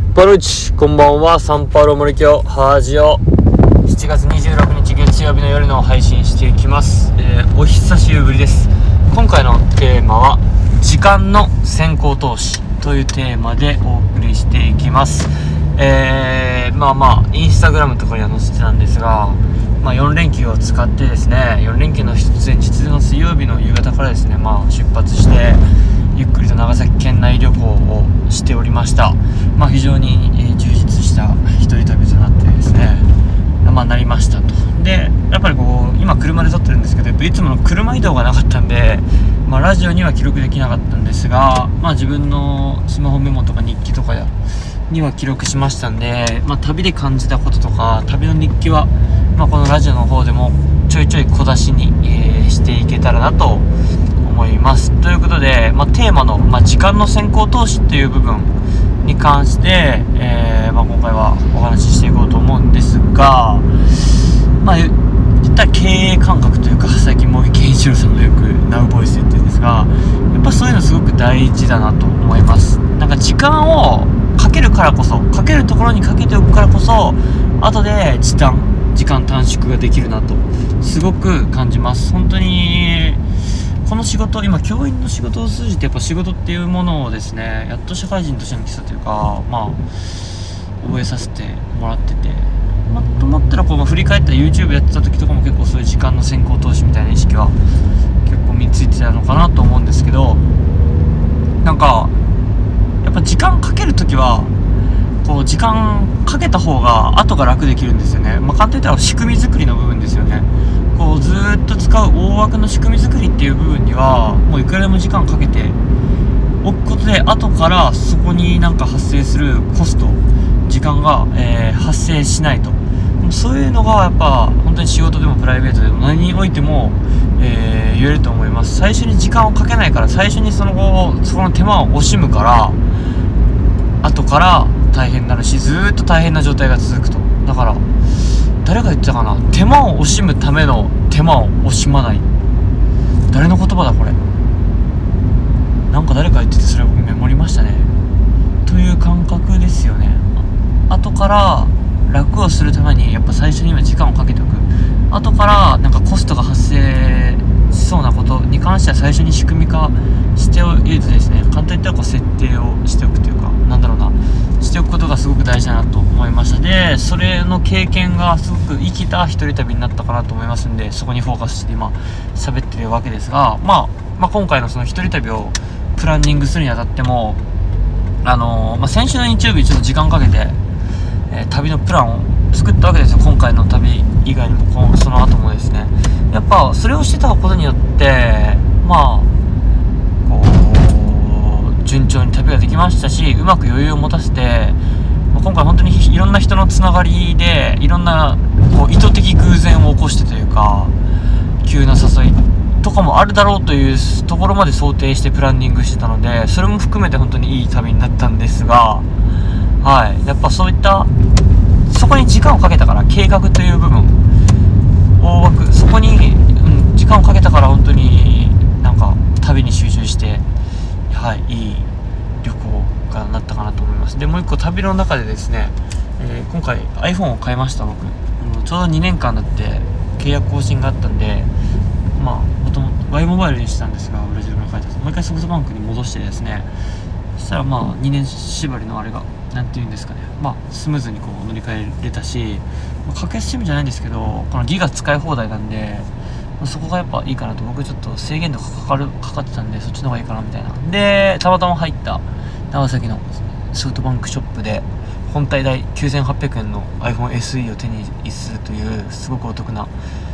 パロイチ、こんばんは。サンパウロ森京ハージオ7月26日月曜日の夜の配信していきます。お久しぶりです。今回のテーマは時間の先行投資というテーマでお送りしていきます。インスタグラムとかには載せてたんですが、4連休を使ってですね、4連休の前日の水曜日の夕方からですね、出発してゆっくりと長崎県内旅行をしておりました。非常に充実した一人旅となってですね、なりましたと。で、やっぱり今車で撮ってるんですけど、いつもの車移動がなかったんで、ラジオには記録できなかったんですが、自分のスマホメモとか日記とかには記録しましたんで、旅で感じたこととか旅の日記は、このラジオの方でもちょいちょい小出しに、していけたらなと思います。ということで、テーマの、時間の先行投資っていう部分に関して、今回はお話ししていこうと思うんですが、言ったら経営感覚というか、最近茂木健一郎さんのよくナウボイス言ってるんですが、やっぱそういうのすごく大事だなと思います。時間をかけるからこそ、かけるところにかけておくからこそ、後で時間短縮ができるなとすごく感じます。本当にこの仕事、今教員の仕事を通じてやっぱ仕事っていうものをですね、やっと社会人としての基礎というか、覚えさせてもらってて、と思ったら振り返った YouTube やってた時とかも結構そういう時間の先行投資みたいな意識は結構身についてたのかなと思うんですけど、やっぱ時間かける時は時間かけた方が後が楽できるんですよね。簡単に言ったら仕組み作りの部分ですよね。ずーっと使う大枠の仕組み作りっていう部分にはもういくらでも時間かけておくことで、後からそこに発生するコスト、時間が、発生しないと。そういうのがやっぱ本当に仕事でもプライベートでも何においても、言えると思います。最初に時間をかけないから、最初にその手間を惜しむから、後から大変になるし、ずーっと大変な状態が続くと。だから誰が言ってたかな、手間を惜しむための手間を惜しまない、誰の言葉だこれ。誰か言ってて、それをメモりましたね。という感覚ですよね。後から楽をするためにやっぱ最初には時間をかけておく。後からコストが発生しそうなことに関しては最初に仕組み化しておいてですね、簡単に言ったら設定をしておくというか、しておくことがすごく大事だなと思いました。で、それの経験がすごく生きた一人旅になったかなと思いますんで、そこにフォーカスして今喋ってるわけですが、今回のその一人旅をプランニングするにあたっても、先週の日曜日ちょっと時間かけて、旅のプランを作ったわけですよ。今回の旅以外にもその後もですね、やっぱそれをしてたことによって順調に旅ができましたし、うまく余裕を持たせて、今回本当にいろんな人のつながりでいろんな意図的偶然を起こしてというか、急な誘いとかもあるだろうというところまで想定してプランニングしてたので、それも含めて本当にいい旅になったんですが、やっぱそういったそこに時間をかけたから、計画という部分、大枠そこに、時間をかけたから本当に旅に集中して、いい旅行がなったかなと思います。で、もう一個旅の中でですね、今回 iPhone を買いました。僕ちょうど2年間だって契約更新があったんで、もともと Y モバイルにしたんですが、ブラジルから帰ったともう一回ソフトバンクに戻してですね、そしたら2年縛りのあれがスムーズに乗り換えれたし、格安 SIM じゃないんですけど、このギガ使い放題なんで、そこがやっぱいいかなと。僕ちょっと制限度がかかってたんで、そっちの方がいいかなみたいな。で、たまたま入った長崎のソフトバンクショップで本体代9800円の iPhone SE を手にするというすごくお得な、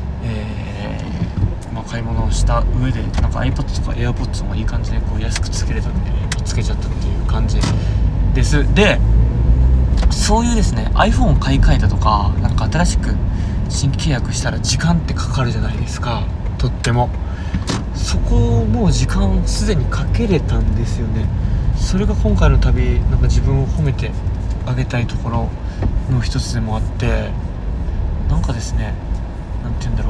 買い物をした上でiPad とか AirPods もいい感じで安くつけれたんで、つけちゃったっていう感じです。で、そういうですね、 iPhone を買い替えたとか、新しく新規契約したら時間ってかかるじゃないですか。とってもそこをもう時間すでにかけれたんですよね。それが今回の旅、自分を褒めてあげたいところの一つでもあって、ですね、なんて言うんだろう、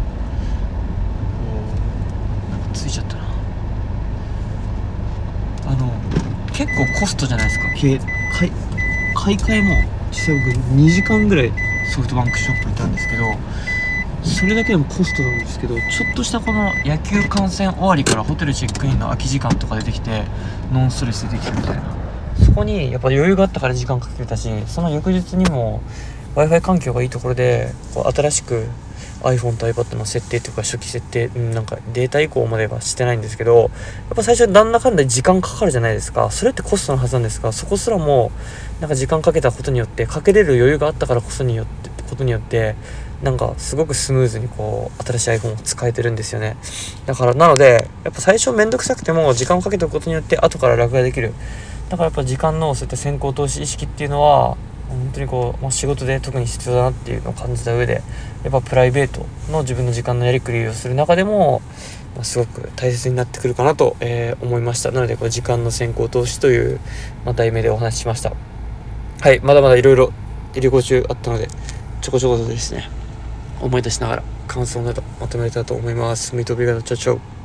ついちゃったな。結構コストじゃないですか。 買い替えも実際僕2時間ぐらいソフトバンクショップにいたんですけど、それだけでもコストなんですけど、ちょっとしたこの野球観戦終わりからホテルチェックインの空き時間とかでできてノンストレスでできるみたいな、そこにやっぱ余裕があったから時間かけれたし、その翌日にも Wi-Fi 環境がいいところでこう新しく iPhone と iPad の設定とか初期設定、なんかデータ移行まではしてないんですけど、やっぱ最初なんだかんだ時間かかるじゃないですか。それってコストのはずなんですが、そこすらもなんか時間かけたことによって、かけれる余裕があったからこそによってなんかすごくスムーズにこう新しい iPhone を使えてるんですよね。だからなのでやっぱ最初めんどくさくても時間をかけておくことによって後から楽ができる。だからやっぱ時間のそういった先行投資意識っていうのは本当にこう、仕事で特に必要だなっていうのを感じた上で、やっぱプライベートの自分の時間のやりくりをする中でも、すごく大切になってくるかなと、思いました。なのでこれ時間の先行投資という、題名でお話ししました。はい、まだまだいろいろ旅行中あったのでちょこちょことですね思い出しながら感想などまとめれたと思います。ミートビガのチャチャオ。